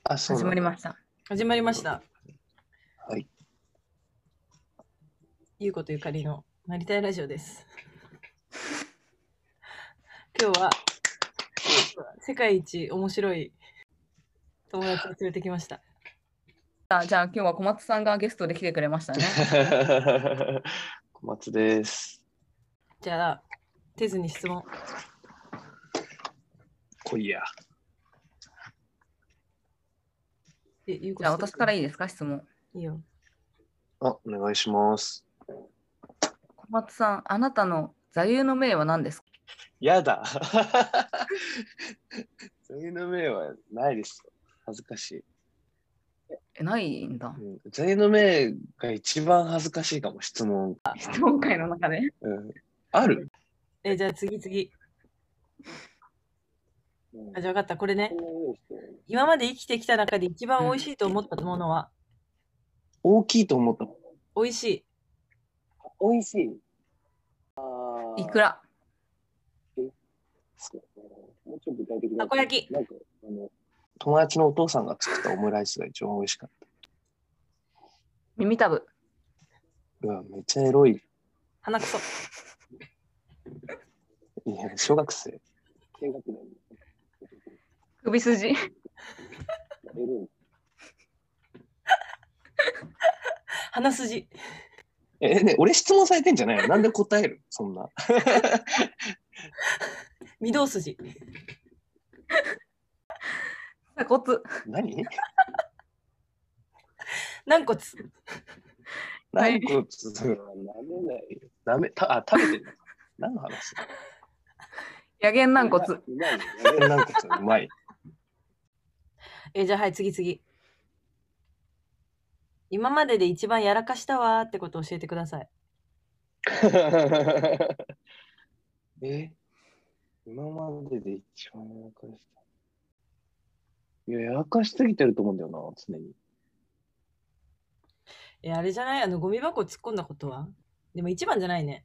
あ、そう始なんだ。 まりました。 始まりました。 はい。 ゆうことゆかりのなりたいラジオです。今日は世界一面白い友達を連れてきました。 じゃあ今日は小松さんがゲストで来てくれましたね。 小松です。 じゃあ、手ずに質問。 来いや。 ゆうこじゃあ私からいいですか、質問。 いいよ。 あ、お願いします。 小松さん、あなたの座右の銘は何ですか？ やだ。座右の銘はないですよ。恥ずかしい。 ないんだ。 座右の銘が一番恥ずかしいかも、質問。 質問会の中で。 ある？ じゃあ次。じゃあ分かった。これね。今まで生きてきた中で一番美味しいと思ったものは、 大きいと思ったもの。 美味しい。 美味しい。 いくら。 もうちょっと具体的な。 たこ焼き。 なんか友達のお父さんが作ったオムライスが一番美味しかった。 耳たぶ。 うわ、めっちゃエロい。 鼻くそ。 いや、小学生。低学年。 首筋。 鼻筋。 ね、俺質問されてんじゃないの？なんで答えるそんな。 御堂筋。 鎖骨。 何？ 軟骨。 軟骨は舐めないよ。食べてるのか。何の話？ 野源軟骨。 うまい。野源軟骨はうまい。 じゃあはい、次。今までで一番やらかしたわーってことを教えてください。 今までで一番やらかした。いや、やらかしすぎてると思うんだよな、常に。 あれじゃない？ゴミ箱突っ込んだことは？でも一番じゃないね。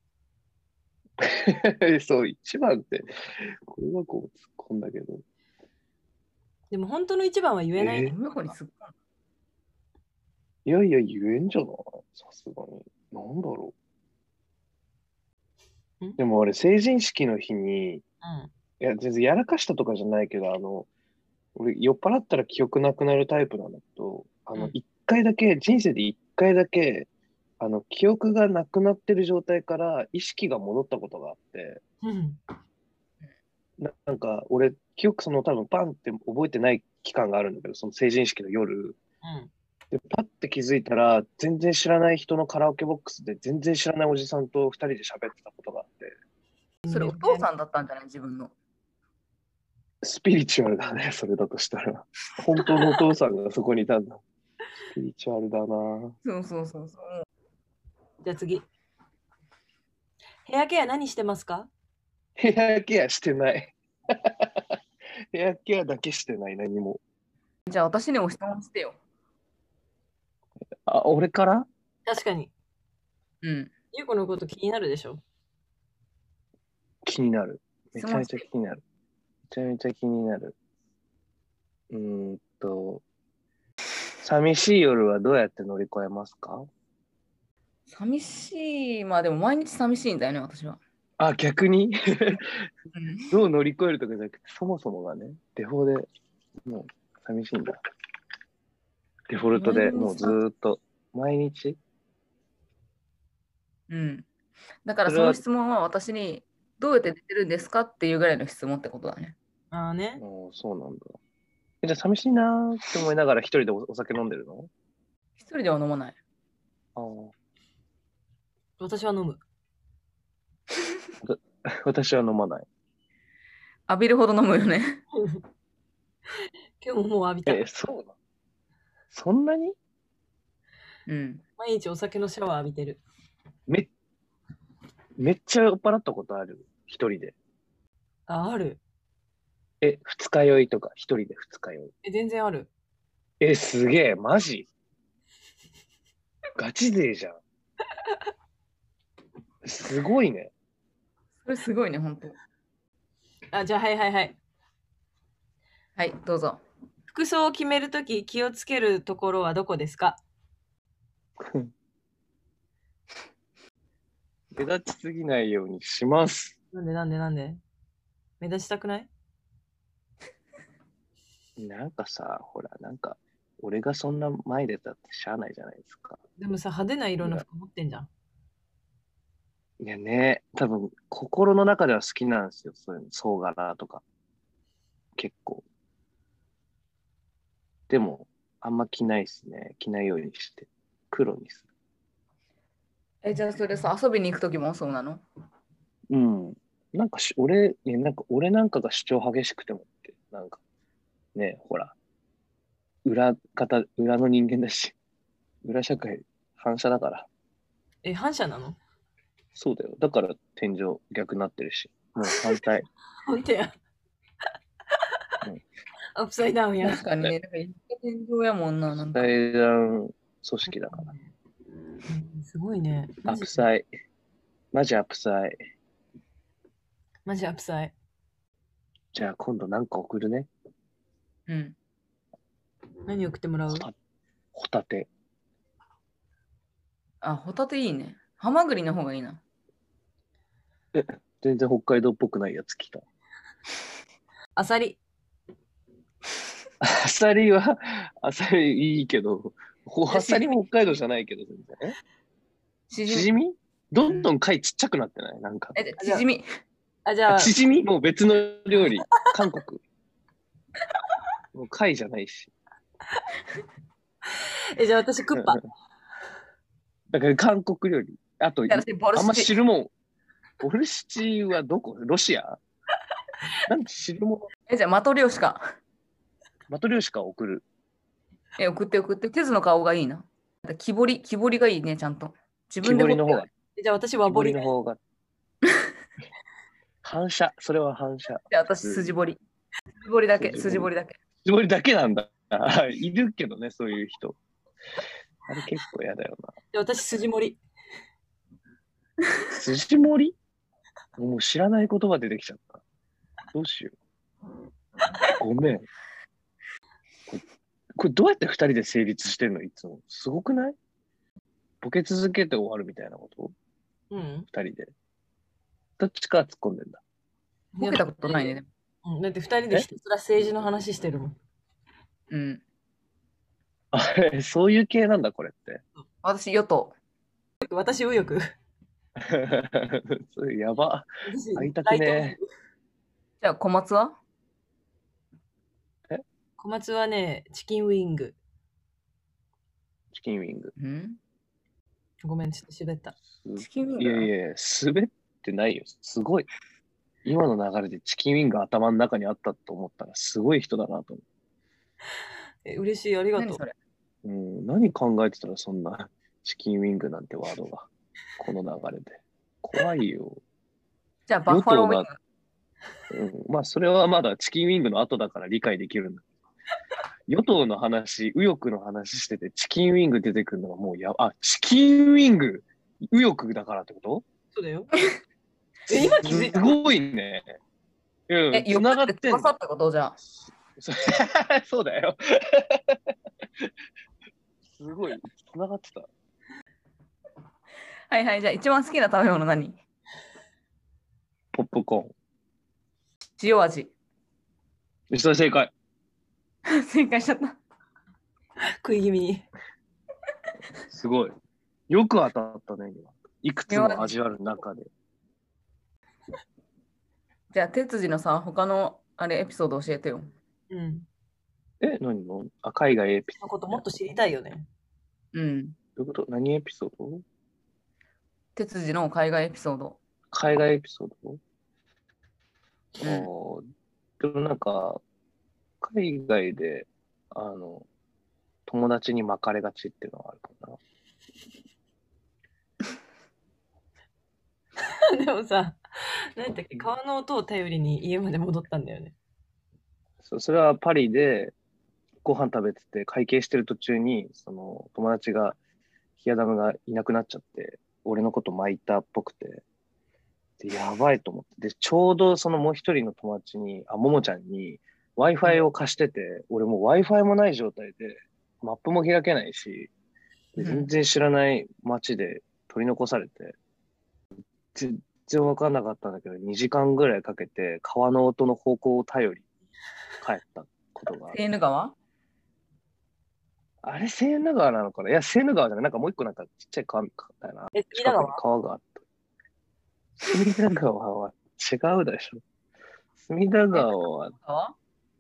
そう、一番って、ゴミ箱を突っ込んだけど。 でも本当の一番は言えないね。 ゴミ箱に突っ込んだ。 いや、言えんじゃない？さすがに。なんだろう。でもあれ、成人式の日に、いや、全然やらかしたとかじゃないけど、俺、酔っ払ったら記憶なくなるタイプなんだけど、一回だけ、人生で一回だけ、記憶がなくなってる状態から意識が戻ったことがあって、なんか、俺、記憶多分パンって覚えてない期間があるんだけど、その成人式の夜、で、パッて気づいたら、全然知らない人のカラオケボックスで、全然知らないおじさんと二人で喋ってたことがあって。 それお父さんだったんじゃない？自分の。 スピリチュアルだね、それだとしたら。本当のお父さんがそこにいたんだ。スピリチュアルだな。 そう。 じゃあ次。ヘアケア何してますか？ ヘアケアしてない。ヘアケアだけしてない、何も。 じゃあ私にも質問してよ。 あ、俺から？ 確かに。ゆうこのこと気になるでしょ？ 気になる。めちゃめちゃ気になる。めちゃめちゃ気になる。寂しい夜はどうやって乗り越えますか？ 寂しい。まあでも毎日寂しいんだよね、私は。 あ、逆にどう乗り越えるとかじゃなくて、そもそもがね、デフォでもう寂しいんだ。デフォルトでもうずーっと、毎日。 だからその質問は私にどうやって出てるんですかっていうぐらいの質問ってことだね。 ああね。 そうなんだ。じゃあ寂しいなーって思いながら一人でお酒飲んでるの？ 一人では飲まない。 私は飲む。 私は飲まない。 浴びるほど飲むよね。 今日ももう浴びた。 そうなの？そんなに？ 毎日お酒のシャワー浴びてる。 めっちゃ酔っ払ったことある？一人で。 ある。 二日酔いとか、一人で二日酔い。 全然ある。 すげえ、マジ？ガチ勢じゃん。すごいね。 それすごいね、本当。 じゃあはい。 はい、どうぞ。 服装を決めるとき気をつけるところはどこですか？ 目立ちすぎないようにします。 なんで目立ちたくない？ なんかさ、ほら、なんか、俺がそんな前でだってしゃあないじゃないですか。 でもさ、派手な色の服持ってんじゃん。 いやね、多分、心の中では好きなんですよ。そういうの、総柄とか。結構。でも、あんま着ないですね。着ないようにして。黒にすじゃあそれさ、遊びに行くときもそうなの？ る。うん。なんか俺なんかが主張激しくてもって、なんか、ね、ほら、裏の人間だし、裏社会、反射だから。 反射なの？ そうだよ。だから天井逆になってるし。もう反対。 ほんとや。 うん、 アップサイダウンや。 確かにね、なんか天井やもんな、なんか。 対談組織だから。 すごいね。 アップサイ。マジアップサイ。 マジアップサイ。 じゃあ今度なんか送るね。 うん。 何送ってもらう？ ホタテ。 あ、ホタテいいね。ハマグリの方がいいな。 全然北海道っぽくないやつ来た。 アサリ。 アサリいいけど、アサリも北海道じゃないけど、全然。 しシジミどんどん貝ちっちゃくなってないなんか。 チヂミ。 じゃあ。 チヂミもう別の料理。韓国。もう貝じゃないし。 じゃあ私クッパ。 だから韓国料理。あと、あんま知るもん。ボルシチはどこ？ロシア？なんで知るもん。 じゃあマトリョーシカ。 マトリョーシカ送る。 送って。テズの顔がいいな。木彫りがいいね、ちゃんと。自分で木彫りの方が。 じゃあ私は彫りの方が。反射。それは反射。 じゃあ私筋彫り。筋彫りだけ。 筋彫りだけなんだ。いるけどね、そういう人。あれ結構嫌だよな。 じゃあ私筋彫り。 筋彫り？もう知らない言葉出てきちゃった。どうしよう。ごめん。これどうやって二人で成立してんのいつも。すごくない？ボケ続けて終わるみたいなこと？二人で。どっちかは突っ込んでんだ。 ボケたことないね。 だって二人でひたすら政治の話してるもん。 うん。 あれ、そういう系なんだ、これって。 私、与党。 私、右翼。 それやば。会いたくね。 じゃあ、小松は？ 小松はね、チキンウィング。 チキンウィング。 ごめん、ちょっと滑った。 チキンウィング？ いやいや、滑ってないよ。すごい。今の流れでチキンウィング頭の中にあったと思ったら、すごい人だなと思って。嬉しい、ありがとう。 何それ？ 何考えてたらそんなチキンウィングなんてワードが、この流れで。怖いよ。 じゃあ、バッファローウィング。まあ、それはまだチキンウィングの後だから理解できるんだ。与党の話、右翼の話してて、チキンウィング出てくるのがもうチキンウィング、右翼だからってこと？ そうだよ。今気づいた？ すごいね。 つながってんの？ってことじゃあ。 そうだよ。すごい、つながってた。 はいはい、じゃあ一番好きな食べ物何？ ポップコーン。 塩味。 それ正解。 正解しちゃった。 食い気味に。 すごい。よく当たったね、今。いくつも味ある中で。 じゃあ、哲司のさ、他のエピソード教えてよ。 何の？海外エピソード。 のこともっと知りたいよね。 うん。 どういうこと？何エピソード？ 哲司の海外エピソード。 海外エピソード？でもなんか、海外で、友達に巻かれがちっていうのはあるかな。でもさ、何だっけ、川の音を頼りに家まで戻ったんだよね。 それはパリでご飯食べてて、会計してる途中に、友達が、ヒアダムがいなくなっちゃって、俺のこと巻いたっぽくて、でやばいと思って。で、ちょうどそのもう一人の友達に、ももちゃんに、 Wi-Fi を貸してて、俺もう Wi-Fi もない状態で、マップも開けないし、で全然知らない街で取り残されて、全然わかんなかったんだけど、2時間ぐらいかけて川の音の方向を頼り帰ったことがある。 セーヌ川あれ、セーヌ川なのかな。いや、セーヌ川じゃない。なんかもう一個なんかちっちゃい川だよな。 隅近くに田川川があった。隅田川は違うでしょ。隅田川は川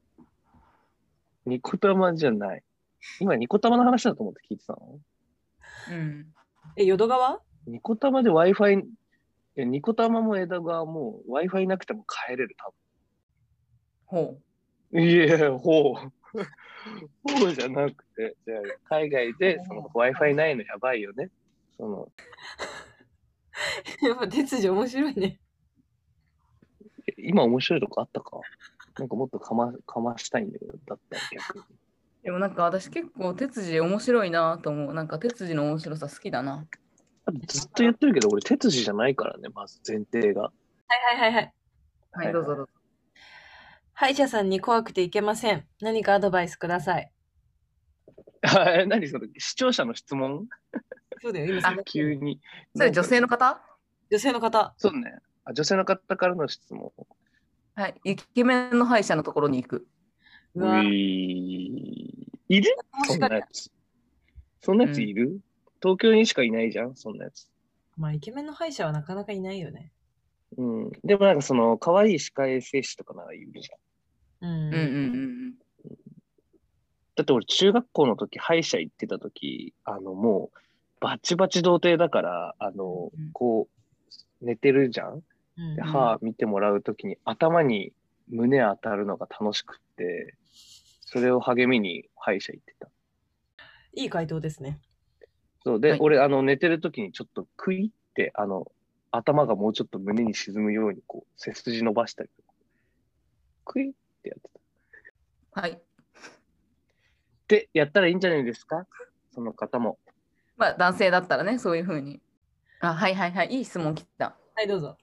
ニコタマじゃない。今、ニコタマの話だと思って聞いてたの？ うん。 淀川ニコタマで Wi-Fi、ニコタマも枝川も Wi-Fi なくても帰れる、多ほ分。いや、ほう。ほうじゃなくて、じゃあ海外でその Wi-Fi ないのやばいよね。そのやっぱ哲司面白いね。 今面白いとこあったか？なんかもっとかましたいんだけど、だったら逆に。 う。でもなんか私結構哲司面白いなと思う。なんか哲司の面白さ好きだな。 ずっと言ってるけど、俺、哲司じゃないからね、まず前提が。 はいはいはいはい。 はい、どうぞどうぞ。 歯医者さんに怖くていけません。何かアドバイスください。 何その視聴者の質問？ そうだよ、今急に。 それ女性の方？ 女性の方。 そうね。女性の方からの質問。 はい。イケメンの歯医者のところに行く。 うわいるそんなやつ。そんなやついる、東京にしかいないじゃん、そんなやつ。 まあ、イケメンの歯医者はなかなかいないよね。 うん。でもなんかその、可愛い歯科衛生士とかならいるじゃん。 うん。 うんうんうんだって俺、中学校の時、歯医者行ってた時、もう、バチバチ童貞だから、こう、寝てるじゃん。 うんで、歯見てもらう時に、頭に胸当たるのが楽しくって、それを励みに歯医者行ってた。 いい回答ですね。 そうで、 はい俺、寝てる時にちょっとクイって、頭がもうちょっと胸に沈むように、こう、背筋伸ばしたりとか、クイってやってた。 はい。 で、やったらいいんじゃないですか？その方も。 まあ男性だったらね、そういうふうに。あ、はいはいはい。いい質問来た。 はい、どうぞ。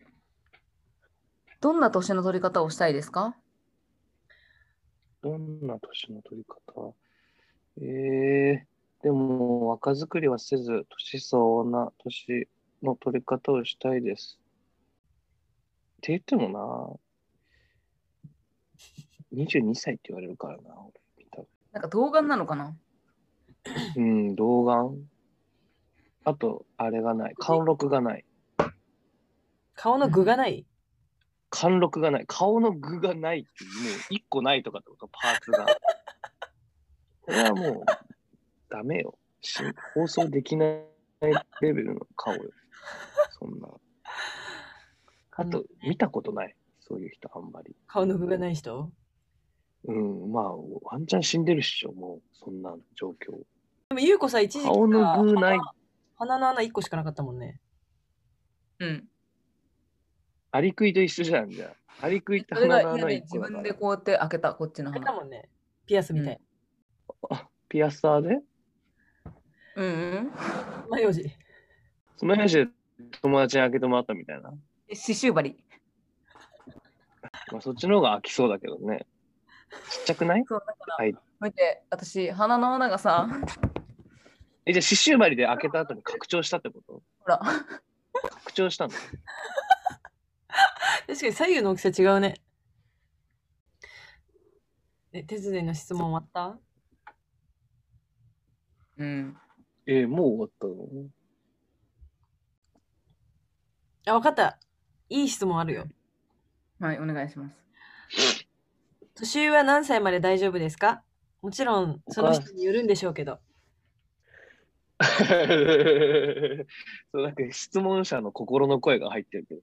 どんな年の取り方をしたいですか？ どんな年の取り方？でも、若作りはせず、年相応な年の取り方をしたいです。って言ってもな、22歳って言われるからな、俺。 なんか童顔なのかな？ うん、童顔。あと、あれがない。貫禄がない。 顔の具がない。 貫禄がない。顔の具がないっていう、もう一個ないとかってこと、パーツが。これはもう、ダメよ。放送できないレベルの顔よ。そんな。あと、見たことない。そういう人、あんまり。 顔の具がない人？ うん、まあ、ワンチャン死んでるっしょ、もう、そんな状況。 でも、ゆうこさん一時期顔の具ない。 鼻の穴1個しかなかったもんね。 うん。 アリクイと一緒じゃん、じゃあ。アリクイってそれ鼻の穴が嫌で一個だから。 自分でこうやって開けた、こっちの鼻。 開けたもんね。ピアスみたい。 ピアスターでうんうん。 爪楊枝。 爪楊枝で友達に開けてもらったみたいな。 刺繍針。 まあ、そっちの方が開きそうだけどね。ちっちゃくない？ そう、だから、 はい。 見て、私、鼻の穴がさ、 じゃあ刺繍針で開けた後に拡張したってこと？ ほら、 拡張したんだ。 確かに左右の大きさ違うね。手伝いの質問終わった？ うん。 もう終わったの？ あ、わかった。いい質問あるよ。 はい、お願いします。 年上は何歳まで大丈夫ですか？もちろん、その人によるんでしょうけど。 そう、なんか質問者の心の声が入ってるけど。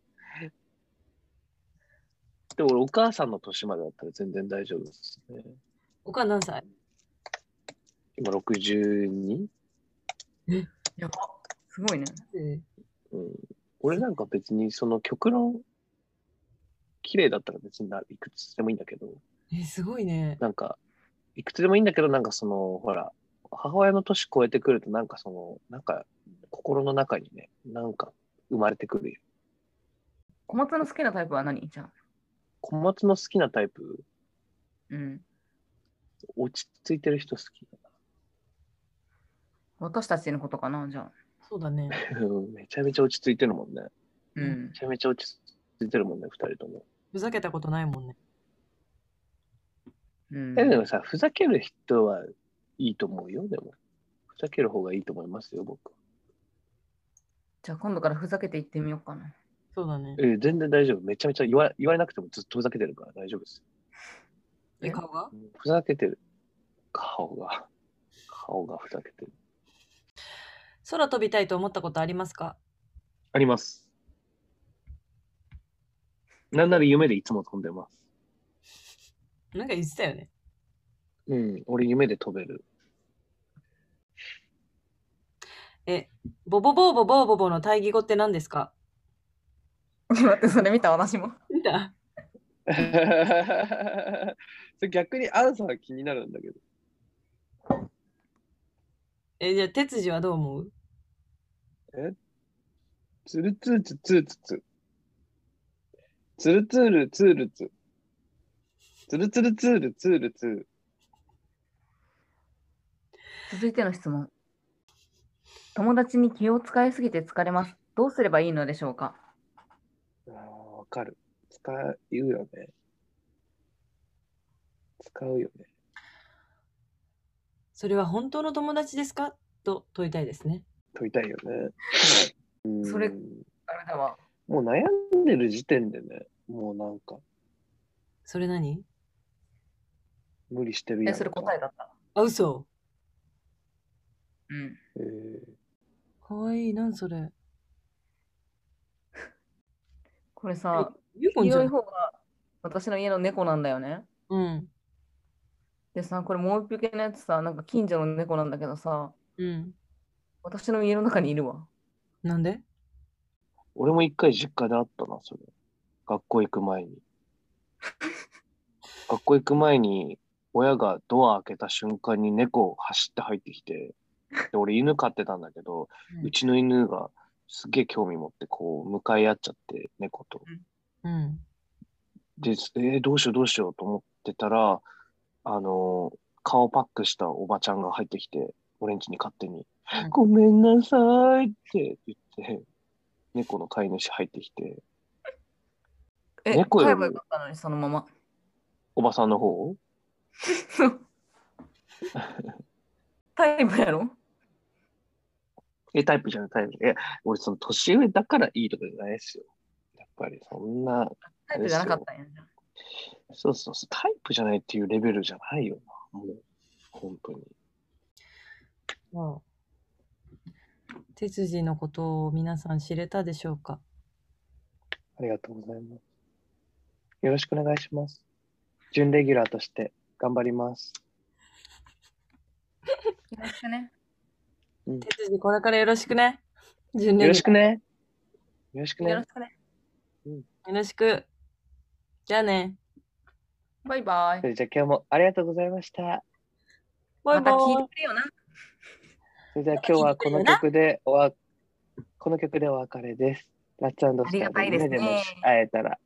でも俺、お母さんの年までだったら全然大丈夫ですね。 お母何歳？ 今 62？ やば。すごいね。 うん。俺なんか別にその極論、綺麗だったら別にいくつでもいいんだけど、 すごいね。 なんか、いくつでもいいんだけど、なんかその、ほら、母親の年超えてくると、なんかその、なんか、心の中にね、なんか生まれてくるよ。 小松の好きなタイプは何じゃあ。 小松の好きなタイプ、 うん。 落ち着いてる人好きだ私たちのことかな、じゃあ。 そうだね。 な。めちゃめちゃ落ち着いてるもんね。めうん。 ちゃめちゃ落ち着いてるもんね、二人とも。 ふざけたことないもんね。 うん。 でもさ、ふざける人はいいと思うよ、でも。ふざける方がいいと思いますよ、僕。 じゃあ今度からふざけていってみようかな。 そうだね。 全然大丈夫。めちゃめちゃ言われなくてもずっとふざけてるから大丈夫ですえ、顔がよ。ふざけてる。顔がふざけてる。 空飛びたいと思ったことありますか？ あります。なんなら夢でいつも飛んでます。 なんか言ってたよね。 うん、俺夢で飛べる。 ボボボーボボーボボの対義語って何ですか？ 待って、それ見た私も。 見た？ それ逆にアンサーが気になるんだけど。 じゃあ、哲司はどう思う？ ツルツーツツーツツ。ツルツールツールツ。ツルツルツールツールツー。 続いての質問。友達に気を使いすぎて疲れます。どうすればいいのでしょうか？ わかる。使うよね。使うよね。 それは本当の友達ですかと問いたいですね。 問いたいよね。 それ、あれだわ。 もう悩んでる時点でね、もうなんかそれ何？ 無理してるやんか。 それ答えだった。 あ、嘘。 うん。 かわいい。何それ。 これさ、 ユーコン黄じゃん。 色い方が私の家の猫なんだよね。 うん。 でさ、これもう一匹のやつさ、なんか近所の猫なんだけどさ、 うん。 私の家の中にいるわ。 なんで？ 俺も一回実家であったな、それ。学校行く前に。学校行く前に、親がドア開けた瞬間に猫走って入ってきて、で俺犬飼ってたんだけど、うちの犬がすげえ興味持ってこう向かい合っちゃって猫と。 うん。 で、どうしようどうしようと思ってたら、顔パックしたおばちゃんが入ってきて、俺ん家に勝手に、ごめんなさいって言って、猫の飼い主入ってきて、猫より飼えばよかったのに、そのまま。 おばさんの方タイプやろ？ タイプじゃない、タイプ。俺その年上だからいいとかじゃないですよ。やっぱりそんな、 タイプじゃなかったんやじゃん。 そうそうそう、タイプじゃないっていうレベルじゃないよな、もう、本当に。 哲司のことを皆さん知れたでしょうか？ ありがとうございます。よろしくお願いします。準レギュラーとして頑張ります。 よろしくね。 哲司、これからよろしくね。 よろしくね。よろしくね。 よろしくね。 よろしく。じゃあね。 バイバイ。 それじゃあ今日もありがとうございました。 バイバイ。 また聞いてくれよな。 それでは今日はこの曲でお別れです。ラッツ&スターで夢でもし会えたら